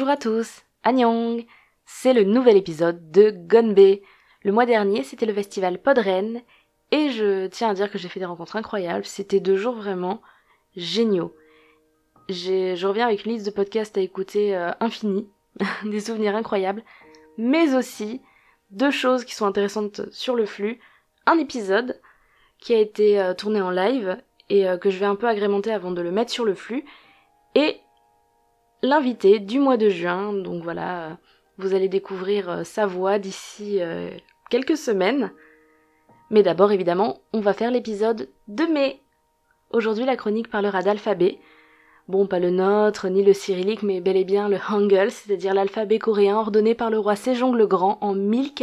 Bonjour à tous, Annyeong. C'est le nouvel épisode de Gonbe. Le mois dernier, c'était le festival Podren, et je tiens à dire que j'ai fait des rencontres incroyables. C'était 2 jours vraiment géniaux. Je reviens avec une liste de podcasts à écouter infinie, des souvenirs incroyables, mais aussi 2 choses qui sont intéressantes sur le flux. Un épisode qui a été tourné en live et que je vais un peu agrémenter avant de le mettre sur le flux, et l'invité du mois de juin. Donc voilà, vous allez découvrir sa voix d'ici quelques semaines. Mais d'abord, évidemment, on va faire l'épisode de mai. Aujourd'hui, la chronique parlera d'alphabet. Bon, pas le nôtre, ni le cyrillique, mais bel et bien le Hangul, c'est-à-dire l'alphabet coréen ordonné par le roi Sejong le Grand en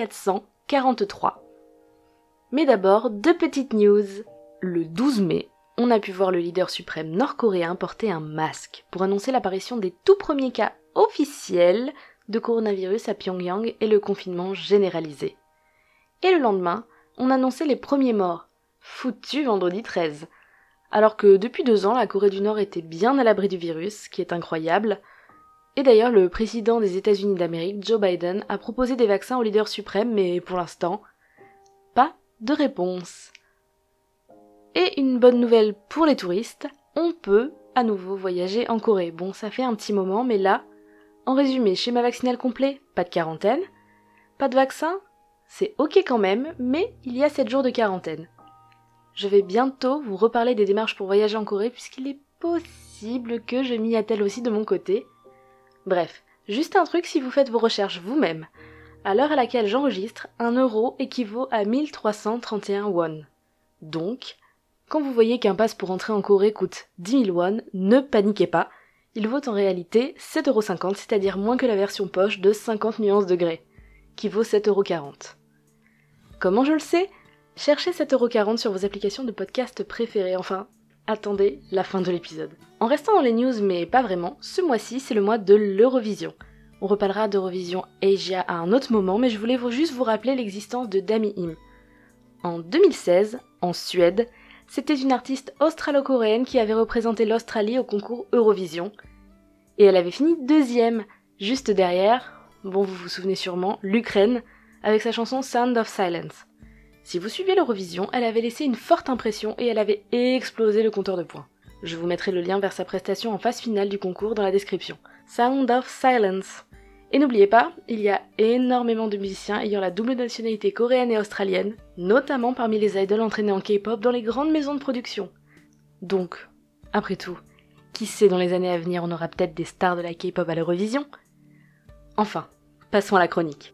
1443. Mais d'abord, 2 petites news. Le 12 mai, on a pu voir le leader suprême nord-coréen porter un masque pour annoncer l'apparition des tout premiers cas officiels de coronavirus à Pyongyang et le confinement généralisé. Et le lendemain, on annonçait les premiers morts. Foutu vendredi 13. Alors que depuis 2 ans, la Corée du Nord était bien à l'abri du virus, ce qui est incroyable. Et d'ailleurs, le président des États-Unis d'Amérique, Joe Biden, a proposé des vaccins au leader suprême, mais pour l'instant, pas de réponse. Et une bonne nouvelle pour les touristes, on peut à nouveau voyager en Corée. Bon, ça fait un petit moment, mais là, en résumé, schéma vaccinal complet, pas de quarantaine, pas de vaccin, c'est ok quand même, mais il y a 7 jours de quarantaine. Je vais bientôt vous reparler des démarches pour voyager en Corée, puisqu'il est possible que je m'y attelle aussi de mon côté. Bref, juste un truc si vous faites vos recherches vous-même. À l'heure à laquelle j'enregistre, 1 euro équivaut à 1331 won. Donc, quand vous voyez qu'un pass pour entrer en Corée coûte 10 000 won, ne paniquez pas, il vaut en réalité 7,50 €, c'est-à-dire moins que la version poche de 50 nuances de grès, qui vaut 7,40 €. Comment je le sais ? Cherchez 7,40 € sur vos applications de podcast préférées, enfin, attendez la fin de l'épisode. En restant dans les news, mais pas vraiment, ce mois-ci c'est le mois de l'Eurovision. On reparlera d'Eurovision Asia à un autre moment, mais je voulais juste vous rappeler l'existence de Dami Im. En 2016, en Suède, c'était une artiste australo-coréenne qui avait représenté l'Australie au concours Eurovision. Et elle avait fini 2e, juste derrière, bon vous vous souvenez sûrement, l'Ukraine, avec sa chanson Sound of Silence. Si vous suivez l'Eurovision, elle avait laissé une forte impression et elle avait explosé le compteur de points. Je vous mettrai le lien vers sa prestation en phase finale du concours dans la description. Sound of Silence. Et n'oubliez pas, il y a énormément de musiciens ayant la double nationalité coréenne et australienne, notamment parmi les idoles entraînés en K-pop dans les grandes maisons de production. Donc, après tout, qui sait, dans les années à venir on aura peut-être des stars de la K-pop à l'Eurovision ? Enfin, passons à la chronique.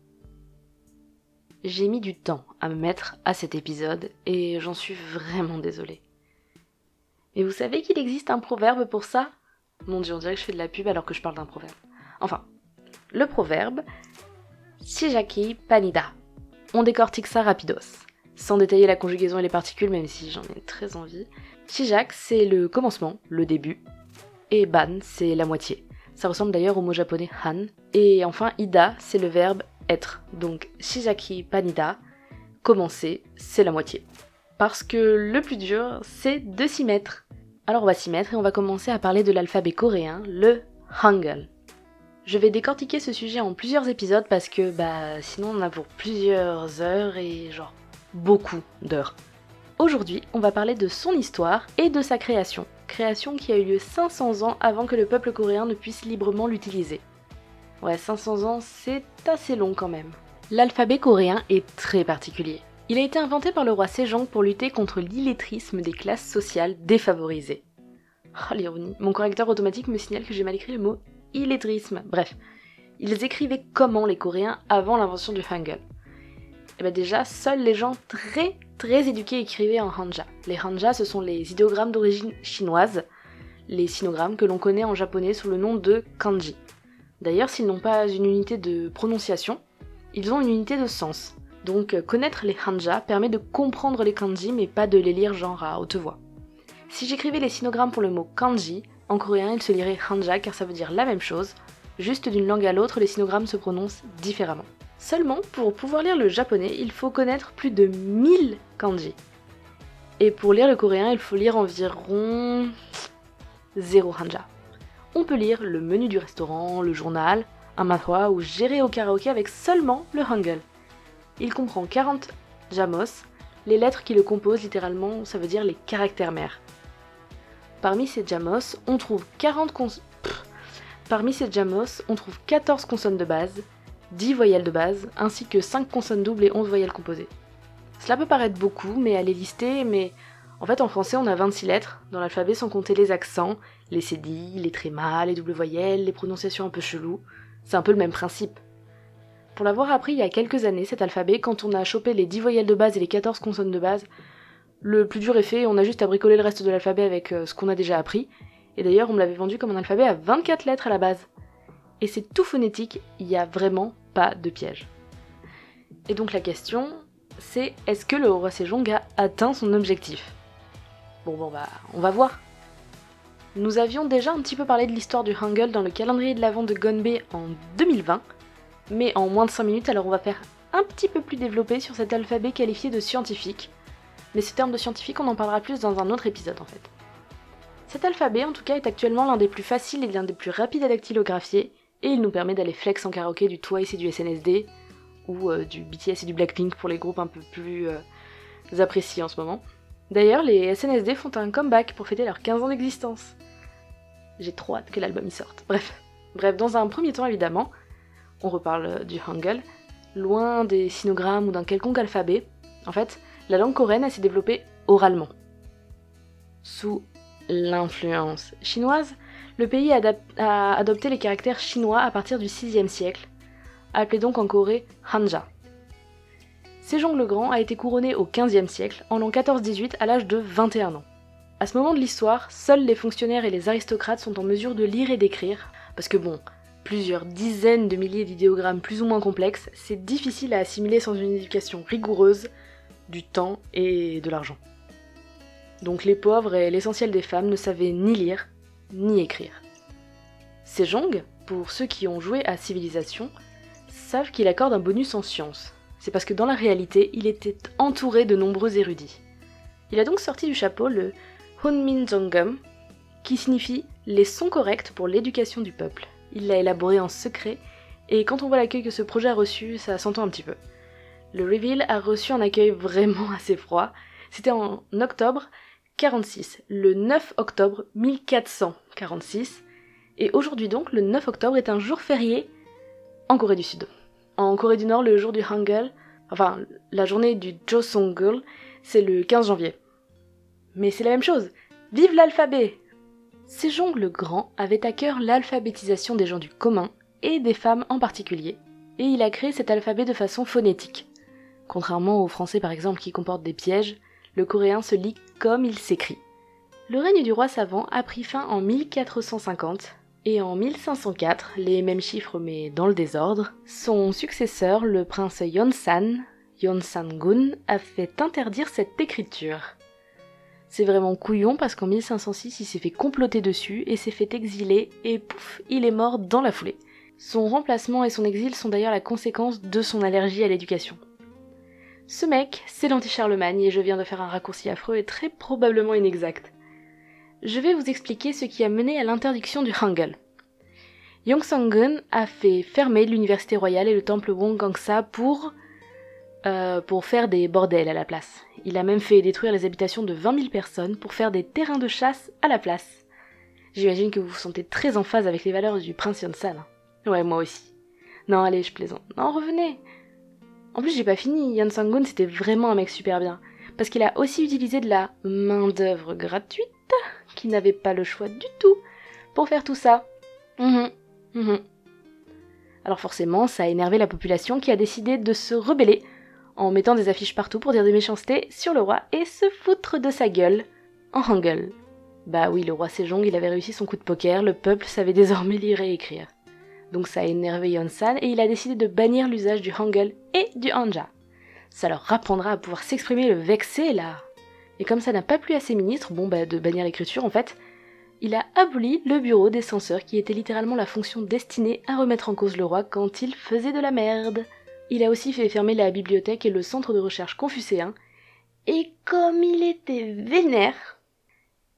J'ai mis du temps à me mettre à cet épisode et j'en suis vraiment désolée. Et vous savez qu'il existe un proverbe pour ça ? Mon Dieu, on dirait que je fais de la pub alors que je parle d'un proverbe. Enfin, le proverbe Shijaki Panida. On décortique ça rapidos, sans détailler la conjugaison et les particules, même si j'en ai très envie. Shijak, c'est le commencement, le début, et Ban, c'est la moitié. Ça ressemble d'ailleurs au mot japonais Han. Et enfin, Ida, c'est le verbe être. Donc, Shijaki Panida, commencer, c'est la moitié. Parce que le plus dur, c'est de s'y mettre. Alors on va s'y mettre et on va commencer à parler de l'alphabet coréen, le Hangul. Je vais décortiquer ce sujet en plusieurs épisodes parce que sinon on en a pour plusieurs heures et beaucoup d'heures. Aujourd'hui, on va parler de son histoire et de sa création. Création qui a eu lieu 500 ans avant que le peuple coréen ne puisse librement l'utiliser. Ouais, 500 ans, c'est assez long quand même. L'alphabet coréen est très particulier. Il a été inventé par le roi Sejong pour lutter contre l'illettrisme des classes sociales défavorisées. Oh l'ironie, mon correcteur automatique me signale que j'ai mal écrit le mot illettrisme. Bref, ils écrivaient comment les Coréens avant l'invention du Hangul ? Et déjà, seuls les gens très éduqués écrivaient en hanja. Les hanja, ce sont les idéogrammes d'origine chinoise, les sinogrammes que l'on connaît en japonais sous le nom de kanji. D'ailleurs, s'ils n'ont pas une unité de prononciation, ils ont une unité de sens. Donc connaître les hanja permet de comprendre les kanji, mais pas de les lire à haute voix. Si j'écrivais les sinogrammes pour le mot kanji, en coréen il se lirait hanja car ça veut dire la même chose, juste d'une langue à l'autre les sinogrammes se prononcent différemment. Seulement, pour pouvoir lire le japonais, il faut connaître plus de 1000 kanji. Et pour lire le coréen, il faut lire environ 0 hanja. on peut lire le menu du restaurant, le journal, un manhwa ou gérer au karaoké avec seulement le Hangul. Il comprend 40 jamos, les lettres qui le composent littéralement, ça veut dire les caractères mères. Parmi ces jamos, on trouve 14 consonnes de base, 10 voyelles de base, ainsi que 5 consonnes doubles et 11 voyelles composées. Cela peut paraître beaucoup, mais à les lister, mais en fait en français on a 26 lettres dans l'alphabet sans compter les accents, les cédilles, les trémas, les doubles voyelles, les prononciations un peu cheloues. C'est un peu le même principe. Pour l'avoir appris il y a quelques années, cet alphabet, quand on a chopé les 10 voyelles de base et les 14 consonnes de base, le plus dur est fait, on a juste à bricoler le reste de l'alphabet avec ce qu'on a déjà appris. Et d'ailleurs, on me l'avait vendu comme un alphabet à 24 lettres à la base. Et c'est tout phonétique, il n'y a vraiment pas de piège. Et donc la question, c'est est-ce que le roi Sejong a atteint son objectif ? Bon, on va voir. Nous avions déjà un petit peu parlé de l'histoire du Hangul dans le calendrier de l'Avent de Gonbe en 2020, mais en moins de 5 minutes, alors on va faire un petit peu plus développé sur cet alphabet qualifié de scientifique. Mais ce terme de scientifique, on en parlera plus dans un autre épisode en fait. Cet alphabet, en tout cas, est actuellement l'un des plus faciles et l'un des plus rapides à dactylographier, et il nous permet d'aller flex en karaoké du Twice et du SNSD, ou du BTS et du Blackpink pour les groupes un peu plus appréciés en ce moment. D'ailleurs, les SNSD font un comeback pour fêter leurs 15 ans d'existence. J'ai trop hâte que l'album y sorte. Bref, dans un premier temps évidemment, on reparle du Hangul, loin des sinogrammes ou d'un quelconque alphabet. En fait, la langue coréenne s'est développée oralement. Sous l'influence chinoise, le pays a adopté les caractères chinois à partir du 6e siècle, appelés donc en Corée Hanja. Sejong le Grand a été couronné au 15e siècle, en l'an 14-18 à l'âge de 21 ans. À ce moment de l'histoire, seuls les fonctionnaires et les aristocrates sont en mesure de lire et d'écrire, parce que plusieurs dizaines de milliers d'idéogrammes plus ou moins complexes, c'est difficile à assimiler sans une éducation rigoureuse, du temps et de l'argent. Donc les pauvres et l'essentiel des femmes ne savaient ni lire, ni écrire. Sejong, pour ceux qui ont joué à Civilisation, savent qu'il accorde un bonus en sciences. C'est parce que dans la réalité, il était entouré de nombreux érudits. Il a donc sorti du chapeau le Hunminjeongeum, qui signifie les sons corrects pour l'éducation du peuple. Il l'a élaboré en secret, et quand on voit l'accueil que ce projet a reçu, ça s'entend un petit peu. Le reveal a reçu un accueil vraiment assez froid. C'était en octobre 46, le 9 octobre 1446, et aujourd'hui donc, le 9 octobre est un jour férié en Corée du Sud. En Corée du Nord, le jour du Hangul, la journée du Joseongul, c'est le 15 janvier. Mais c'est la même chose, vive l'alphabet! Sejong le Grand avait à cœur l'alphabétisation des gens du commun, et des femmes en particulier, et il a créé cet alphabet de façon phonétique. Contrairement au français par exemple qui comporte des pièges, le coréen se lit comme il s'écrit. Le règne du roi savant a pris fin en 1450, et en 1504, les mêmes chiffres mais dans le désordre, son successeur, le prince Yeonsan-gun, a fait interdire cette écriture. C'est vraiment couillon parce qu'en 1506, il s'est fait comploter dessus et s'est fait exiler et pouf, il est mort dans la foulée. Son remplacement et son exil sont d'ailleurs la conséquence de son allergie à l'éducation. Ce mec, c'est l'anti-Charlemagne et je viens de faire un raccourci affreux et très probablement inexact. Je vais vous expliquer ce qui a mené à l'interdiction du Hangul. Yeonsan-gun a fait fermer l'université royale et le temple Wongangsa pour faire des bordels à la place. Il a même fait détruire les habitations de 20 000 personnes pour faire des terrains de chasse à la place. J'imagine que vous vous sentez très en phase avec les valeurs du prince Yeonsan. Ouais, moi aussi. Non, allez, je plaisante. Non, revenez. En plus, j'ai pas fini. Yeonsan-gun, c'était vraiment un mec super bien. Parce qu'il a aussi utilisé de la main-d'œuvre gratuite, qui n'avait pas le choix du tout, pour faire tout ça. Alors forcément, ça a énervé la population qui a décidé de se rebeller en mettant des affiches partout pour dire des méchancetés sur le roi et se foutre de sa gueule en Hangul. Bah oui, le roi Sejong, il avait réussi son coup de poker, le peuple savait désormais lire et écrire. Donc ça a énervé Yeonsan et il a décidé de bannir l'usage du Hangul et du Hanja. Ça leur apprendra à pouvoir s'exprimer le vexé là. Et comme ça n'a pas plu à ses ministres, de bannir l'écriture en fait, il a aboli le bureau des censeurs qui était littéralement la fonction destinée à remettre en cause le roi quand il faisait de la merde. Il a aussi fait fermer la bibliothèque et le centre de recherche confucéen, et comme il était vénère,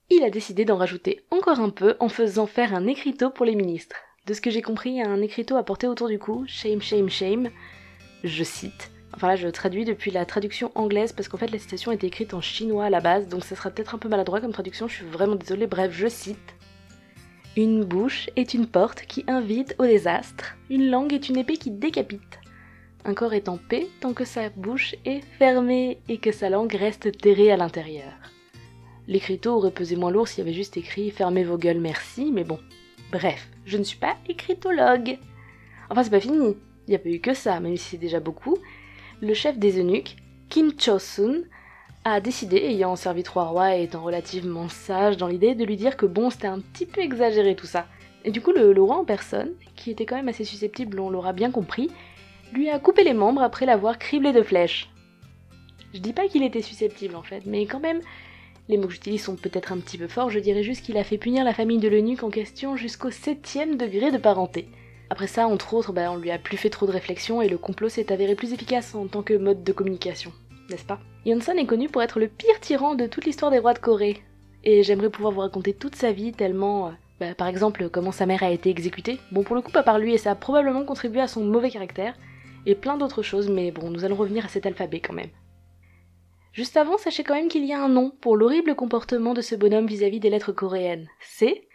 il a décidé d'en rajouter encore un peu en faisant faire un écriteau pour les ministres. De ce que j'ai compris, un écriteau à porter autour du cou, shame, shame, shame, je cite. Enfin là, je traduis depuis la traduction anglaise parce qu'en fait la citation était écrite en chinois à la base, donc ça sera peut-être un peu maladroit comme traduction, je suis vraiment désolée. Bref, je cite. Une bouche est une porte qui invite au désastre, une langue est une épée qui décapite. Un corps est en paix tant que sa bouche est fermée et que sa langue reste terrée à l'intérieur. L'écriteau aurait pesé moins lourd s'il y avait juste écrit « Fermez vos gueules, merci », mais bon. Bref, je ne suis pas écritologue. Enfin, c'est pas fini, il n'y a pas eu que ça, même si c'est déjà beaucoup. Le chef des eunuques, Kim Cho-sun, a décidé, ayant servi 3 rois et étant relativement sage dans l'idée, de lui dire que bon, c'était un petit peu exagéré tout ça. Et du coup, le roi en personne, qui était quand même assez susceptible, on l'aura bien compris, lui a coupé les membres après l'avoir criblé de flèches. Je dis pas qu'il était susceptible en fait, mais quand même, les mots que j'utilise sont peut-être un petit peu forts, je dirais juste qu'il a fait punir la famille de l'eunuque en question jusqu'au 7e degré de parenté. Après ça, entre autres, on lui a plus fait trop de réflexion et le complot s'est avéré plus efficace en tant que mode de communication, n'est-ce pas? Yeonsan est connu pour être le pire tyran de toute l'histoire des rois de Corée, et j'aimerais pouvoir vous raconter toute sa vie tellement... par exemple, comment sa mère a été exécutée. Bon, pour le coup, pas par lui, et ça a probablement contribué à son mauvais caractère, et plein d'autres choses, mais bon, nous allons revenir à cet alphabet quand même. Juste avant, sachez quand même qu'il y a un nom pour l'horrible comportement de ce bonhomme vis-à-vis des lettres coréennes. C'est...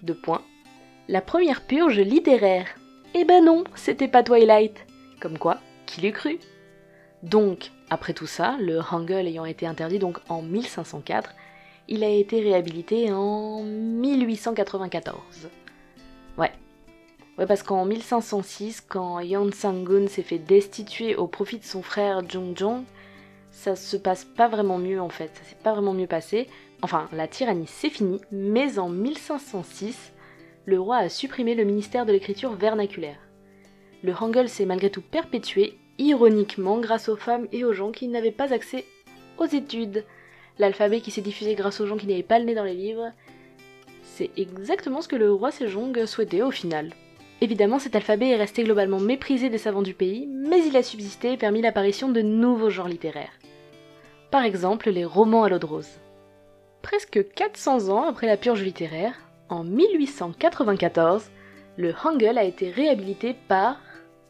la première purge littéraire. Eh ben non, c'était pas Twilight. Comme quoi, qui l'eût cru? Donc, après tout ça, le Hangul ayant été interdit donc en 1504, il a été réhabilité en 1894. Ouais, parce qu'en 1506, quand Yeon Sang-gun s'est fait destituer au profit de son frère Jung-jong, ça se passe pas vraiment mieux en fait, ça s'est pas vraiment mieux passé. Enfin, la tyrannie c'est fini, mais en 1506, le roi a supprimé le ministère de l'écriture vernaculaire. Le Hangul s'est malgré tout perpétué, ironiquement grâce aux femmes et aux gens qui n'avaient pas accès aux études. L'alphabet qui s'est diffusé grâce aux gens qui n'avaient pas le nez dans les livres, c'est exactement ce que le roi Sejong souhaitait au final. Évidemment, cet alphabet est resté globalement méprisé des savants du pays, mais il a subsisté et permis l'apparition de nouveaux genres littéraires. Par exemple, les romans à l'eau de rose. Presque 400 ans après la purge littéraire, en 1894, le Hangul a été réhabilité par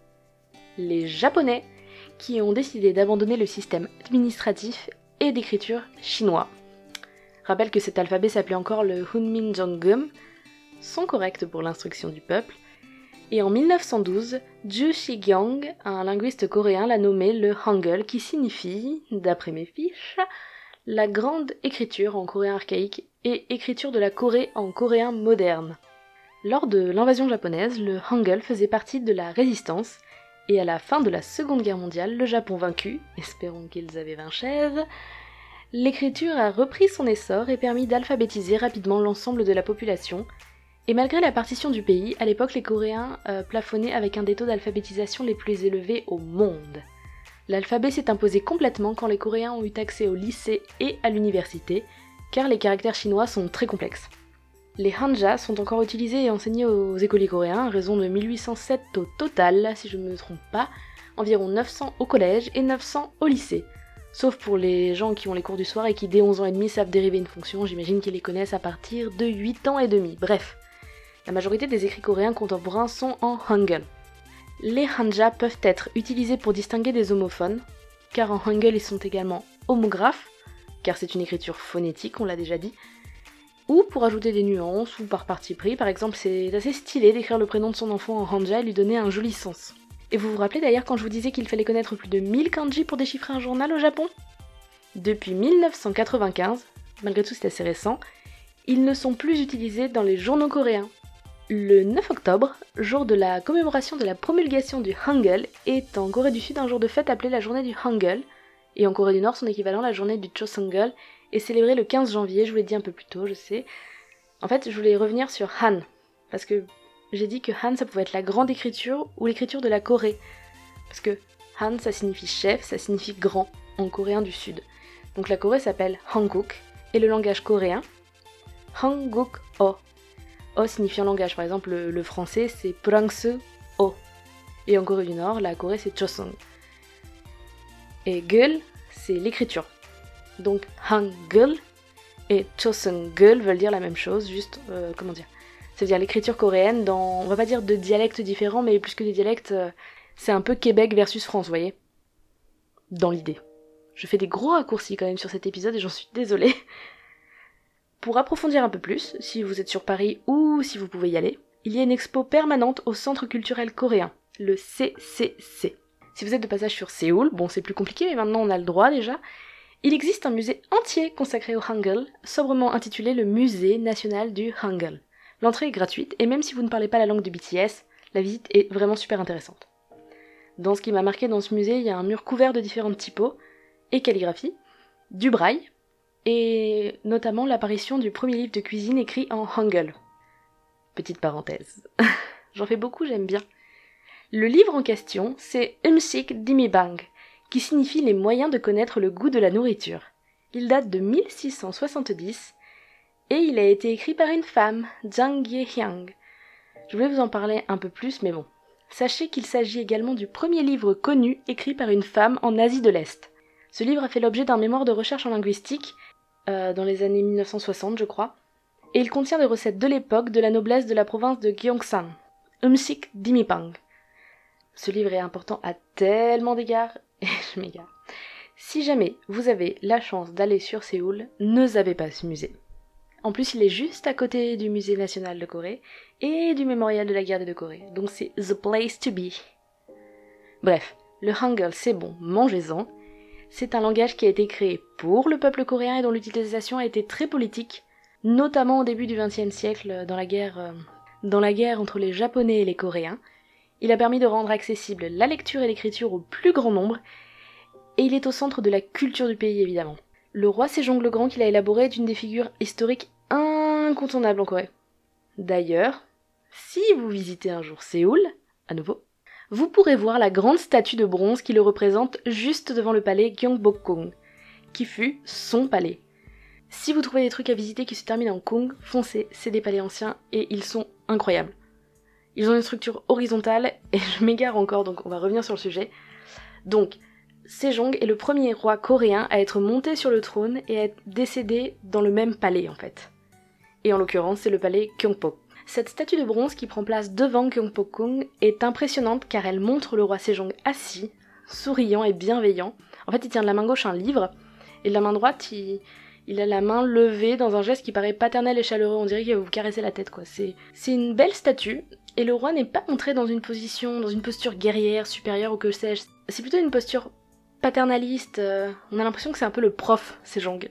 les Japonais, qui ont décidé d'abandonner le système administratif et d'écriture chinois. Rappelle que cet alphabet s'appelait encore le Hunminjeongeum, son correct pour l'instruction du peuple, et en 1912, Ju Shigyong, un linguiste coréen, l'a nommé le Hangul, qui signifie, d'après mes fiches, la grande écriture en coréen archaïque et écriture de la Corée en coréen moderne. Lors de l'invasion japonaise, le Hangul faisait partie de la résistance, et à la fin de la Seconde Guerre mondiale, le Japon vaincu, espérons qu'ils avaient 20 chaises, l'écriture a repris son essor et permis d'alphabétiser rapidement l'ensemble de la population. Et malgré la partition du pays, à l'époque les Coréens plafonnaient avec un des taux d'alphabétisation les plus élevés au monde. L'alphabet s'est imposé complètement quand les Coréens ont eu accès au lycée et à l'université, car les caractères chinois sont très complexes. Les hanja sont encore utilisés et enseignés aux écoliers coréens, à raison de 1807 au total, si je ne me trompe pas, environ 900 au collège et 900 au lycée. Sauf pour les gens qui ont les cours du soir et qui dès 11 ans et demi savent dériver une fonction, j'imagine qu'ils les connaissent à partir de 8 ans et demi, bref. La majorité des écrits coréens contemporains sont en Hangul. Les hanja peuvent être utilisés pour distinguer des homophones, car en Hangul ils sont également homographes, car c'est une écriture phonétique, on l'a déjà dit, ou pour ajouter des nuances, ou par parti pris. Par exemple, c'est assez stylé d'écrire le prénom de son enfant en hanja et lui donner un joli sens. Et vous vous rappelez d'ailleurs quand je vous disais qu'il fallait connaître plus de 1000 kanji pour déchiffrer un journal au Japon? Depuis 1995, malgré tout c'est assez récent, ils ne sont plus utilisés dans les journaux coréens. Le 9 octobre, jour de la commémoration de la promulgation du Hangul, est en Corée du Sud un jour de fête appelé la journée du Hangul, et en Corée du Nord son équivalent la journée du Choseongul, est célébrée le 15 janvier, je vous l'ai dit un peu plus tôt, je sais. En fait, je voulais revenir sur Han, parce que j'ai dit que Han ça pouvait être la grande écriture ou l'écriture de la Corée, parce que Han ça signifie chef, ça signifie grand, en coréen du Sud. Donc la Corée s'appelle Hanguk, et le langage coréen, Hanguk-o. O signifiant langage, par exemple le français c'est Prangsu-o. Et en Corée du Nord, la Corée c'est Choseong. Et Gul, c'est l'écriture. Donc Hangul et Choseongul veulent dire la même chose, juste, comment dire, ça veut dire l'écriture coréenne dans, on va pas dire de dialectes différents, mais plus que des dialectes, c'est un peu Québec versus France, vous voyez, dans l'idée. Je fais des gros raccourcis quand même sur cet épisode et j'en suis désolée. Pour approfondir un peu plus, si vous êtes sur Paris ou si vous pouvez y aller, il y a une expo permanente au Centre culturel coréen, le CCC. Si vous êtes de passage sur Séoul, bon c'est plus compliqué mais maintenant on a le droit déjà, il existe un musée entier consacré au Hangul, sobrement intitulé le Musée national du Hangul. L'entrée est gratuite et même si vous ne parlez pas la langue de BTS, la visite est vraiment super intéressante. Dans ce qui m'a marqué dans ce musée, il y a un mur couvert de différentes typos et calligraphies, du braille, et notamment l'apparition du premier livre de cuisine écrit en Hangul. Petite parenthèse. J'en fais beaucoup, j'aime bien. Le livre en question, c'est Umsik Dimibang, qui signifie les moyens de connaître le goût de la nourriture. Il date de 1670 et il a été écrit par une femme, Jang Ye-hyang. Je voulais vous en parler un peu plus, mais bon. Sachez qu'il s'agit également du premier livre connu écrit par une femme en Asie de l'Est. Ce livre a fait l'objet d'un mémoire de recherche en linguistique dans les années 1960, je crois, et il contient des recettes de l'époque de la noblesse de la province de Gyeongsang, Umsik Dimipang. Ce livre est important à tellement d'égards, et je m'égare. Si jamais vous avez la chance d'aller sur Séoul, ne zappez pas ce musée. En plus, il est juste à côté du musée national de Corée et du mémorial de la guerre des deux Corées, donc c'est the place to be. Bref, le Hangul c'est bon, mangez-en. C'est un langage qui a été créé pour le peuple coréen et dont l'utilisation a été très politique, notamment au début du XXe siècle, dans la guerre entre les Japonais et les Coréens. Il a permis de rendre accessible la lecture et l'écriture au plus grand nombre, et il est au centre de la culture du pays évidemment. Le roi Sejong le Grand qu'il a élaboré est une des figures historiques incontournables en Corée. D'ailleurs, si vous visitez un jour Séoul, à nouveau, vous pourrez voir la grande statue de bronze qui le représente juste devant le palais Gyeongbokgung, qui fut son palais. Si vous trouvez des trucs à visiter qui se terminent en Kung, foncez, c'est des palais anciens et ils sont incroyables. Ils ont une structure horizontale et je m'égare encore donc on va revenir sur le sujet. Donc, Sejong est le premier roi coréen à être monté sur le trône et à être décédé dans le même palais en fait. Et en l'occurrence c'est le palais Gyeongbok. Cette statue de bronze qui prend place devant Gyeongbokgung est impressionnante car elle montre le roi Sejong assis, souriant et bienveillant. En fait il tient de la main gauche un livre et de la main droite il a la main levée dans un geste qui paraît paternel et chaleureux, on dirait qu'il va vous caresser la tête quoi. C'est une belle statue et le roi n'est pas montré dans une posture guerrière, supérieure ou que sais-je. C'est plutôt une posture paternaliste, on a l'impression que c'est un peu le prof, Sejong.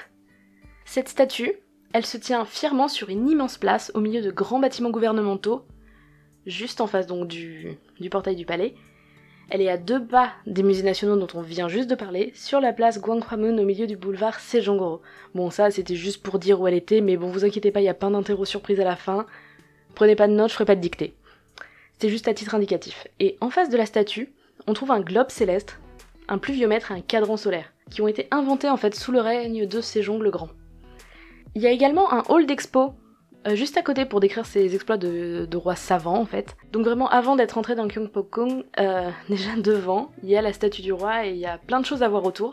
Cette statue, elle se tient fièrement sur une immense place au milieu de grands bâtiments gouvernementaux, juste en face donc du portail du palais. Elle est à 2 pas des musées nationaux dont on vient juste de parler, sur la place Gwanghwamun au milieu du boulevard Sejong-ro. Bon ça c'était juste pour dire où elle était, mais bon vous inquiétez pas, il y a plein d'interros surprises à la fin. Prenez pas de notes, je ferai pas de dictée. C'est juste à titre indicatif. Et en face de la statue, on trouve un globe céleste, un pluviomètre et un cadran solaire, qui ont été inventés en fait sous le règne de Sejong le Grand. Il y a également un hall d'expo juste à côté pour décrire ses exploits de roi savant en fait. Donc vraiment avant d'être entré dans Gyeongbokgung, déjà devant, il y a la statue du roi et il y a plein de choses à voir autour.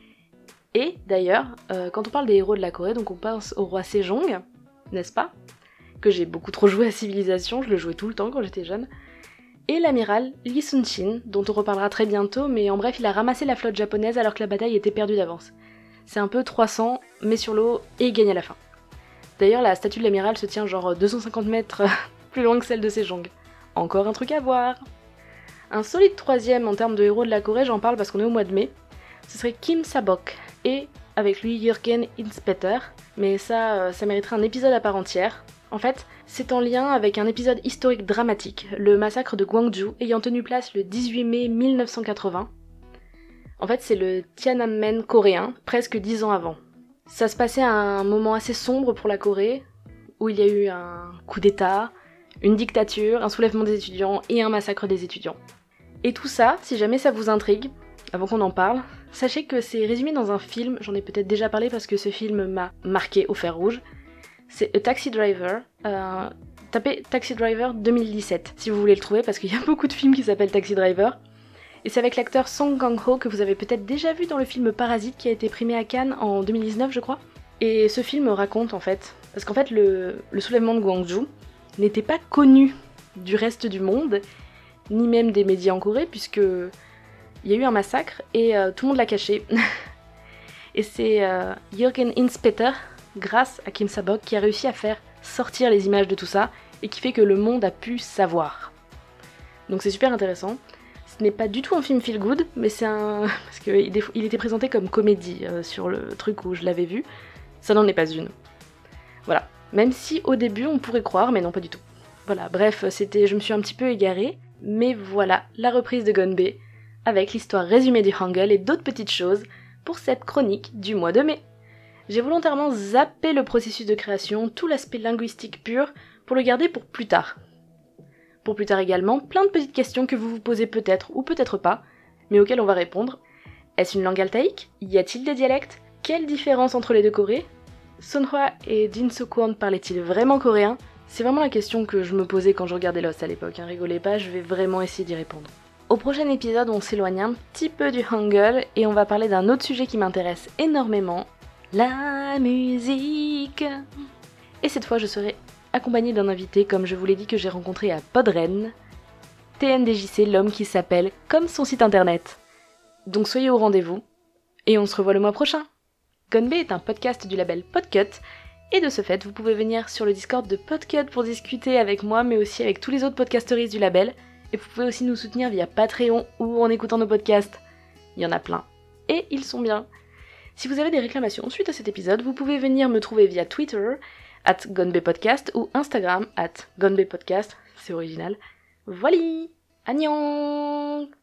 Et d'ailleurs, quand on parle des héros de la Corée, donc on pense au roi Sejong, n'est-ce pas? Que j'ai beaucoup trop joué à Civilisation, je le jouais tout le temps quand j'étais jeune. Et l'amiral Lee Sun-shin, dont on reparlera très bientôt, mais en bref il a ramassé la flotte japonaise alors que la bataille était perdue d'avance. C'est un peu 300, mais sur l'eau, et gagne à la fin. D'ailleurs, la statue de l'amiral se tient genre 250 mètres plus loin que celle de Sejong. Encore un truc à voir. Un solide troisième en termes de héros de la Corée, j'en parle parce qu'on est au mois de mai, ce serait Kim Sa-bok, et avec lui Jürgen Hinspeter, mais ça mériterait un épisode à part entière. En fait, c'est en lien avec un épisode historique dramatique, le massacre de Gwangju, ayant tenu place le 18 mai 1980. En fait, c'est le Tiananmen coréen, presque 10 ans avant. Ça se passait à un moment assez sombre pour la Corée, où il y a eu un coup d'état, une dictature, un soulèvement des étudiants et un massacre des étudiants. Et tout ça, si jamais ça vous intrigue, avant qu'on en parle, sachez que c'est résumé dans un film, j'en ai peut-être déjà parlé parce que ce film m'a marqué au fer rouge. C'est A Taxi Driver, tapez Taxi Driver 2017 si vous voulez le trouver parce qu'il y a beaucoup de films qui s'appellent Taxi Driver. Et c'est avec l'acteur Song Kang-ho que vous avez peut-être déjà vu dans le film Parasite qui a été primé à Cannes en 2019 je crois. Et ce film raconte en fait, parce qu'en fait le soulèvement de Gwangju n'était pas connu du reste du monde, ni même des médias en Corée, puisque il y a eu un massacre et tout le monde l'a caché. Et c'est Jürgen Inspeter, grâce à Kim Sa-bok, qui a réussi à faire sortir les images de tout ça, et qui fait que le monde a pu savoir. Donc c'est super intéressant. Ce n'est pas du tout un film feel good, mais c'est un... parce qu'il était présenté comme comédie sur le truc où je l'avais vu. Ça n'en est pas une. Voilà. Même si au début on pourrait croire, mais non pas du tout. Voilà, bref, je me suis un petit peu égarée, mais voilà, la reprise de Gonbe, avec l'histoire résumée du Hangul et d'autres petites choses, pour cette chronique du mois de mai. J'ai volontairement zappé le processus de création, tout l'aspect linguistique pur, pour le garder pour plus tard. Pour plus tard également, plein de petites questions que vous vous posez peut-être ou peut-être pas, mais auxquelles on va répondre. Est-ce une langue altaïque ? Y a-t-il des dialectes ? Quelle différence entre les deux Corées ? Sonhwa et Jin Soo-kwon parlaient-ils vraiment coréen ? C'est vraiment la question que je me posais quand je regardais Lost à l'époque, rigolez pas, je vais vraiment essayer d'y répondre. Au prochain épisode, on s'éloigne un petit peu du Hangul et on va parler d'un autre sujet qui m'intéresse énormément, la musique. Et cette fois, je serai accompagnée d'un invité, comme je vous l'ai dit, que j'ai rencontré à Podren, TNDJC, l'homme qui s'appelle comme son site internet. Donc soyez au rendez-vous, et on se revoit le mois prochain. Gonbe est un podcast du label Podcut, et de ce fait, vous pouvez venir sur le Discord de Podcut pour discuter avec moi, mais aussi avec tous les autres podcasteristes du label, et vous pouvez aussi nous soutenir via Patreon ou en écoutant nos podcasts. Il y en a plein, et ils sont bien. Si vous avez des réclamations suite à cet épisode, vous pouvez venir me trouver via Twitter, @gonbepodcast, ou Instagram, @gonbepodcast, c'est original. Voilà, annyeong.